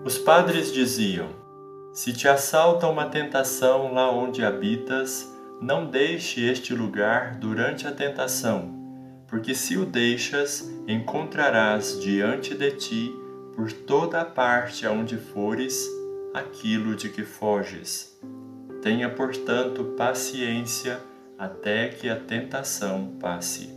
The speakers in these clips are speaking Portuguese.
Os padres diziam: se te assalta uma tentação lá onde habitas, não deixe este lugar durante a tentação, porque se o deixas, encontrarás diante de ti, por toda a parte aonde fores, aquilo de que foges. Tenha, portanto, paciência até que a tentação passe.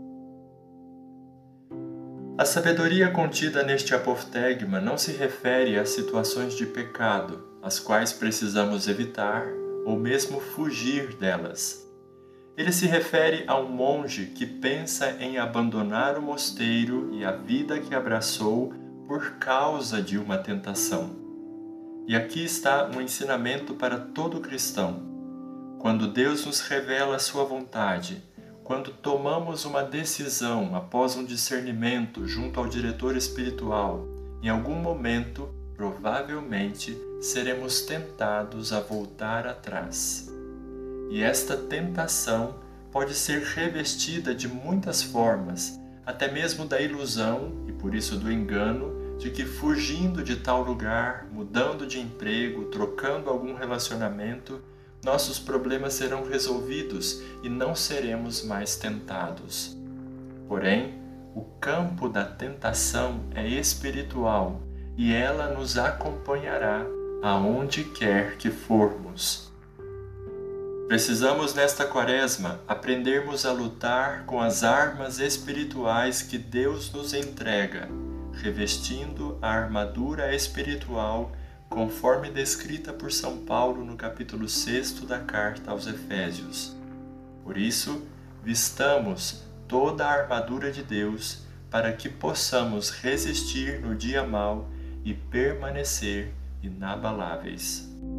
A sabedoria contida neste apoftegma não se refere a situações de pecado, as quais precisamos evitar ou mesmo fugir delas. Ele se refere a um monge que pensa em abandonar o mosteiro e a vida que abraçou por causa de uma tentação. E aqui está um ensinamento para todo cristão. Quando Deus nos revela a sua vontade, quando tomamos uma decisão após um discernimento junto ao diretor espiritual, em algum momento, provavelmente, seremos tentados a voltar atrás. E esta tentação pode ser revestida de muitas formas, até mesmo da ilusão, e por isso do engano, de que fugindo de tal lugar, mudando de emprego, trocando algum relacionamento, nossos problemas serão resolvidos e não seremos mais tentados. Porém, o campo da tentação é espiritual e ela nos acompanhará aonde quer que formos. Precisamos nesta quaresma aprendermos a lutar com as armas espirituais que Deus nos entrega, revestindo a armadura espiritual conforme descrita por São Paulo no capítulo 6 da carta aos Efésios. Por isso, vistamos toda a armadura de Deus para que possamos resistir no dia mau e permanecer inabaláveis.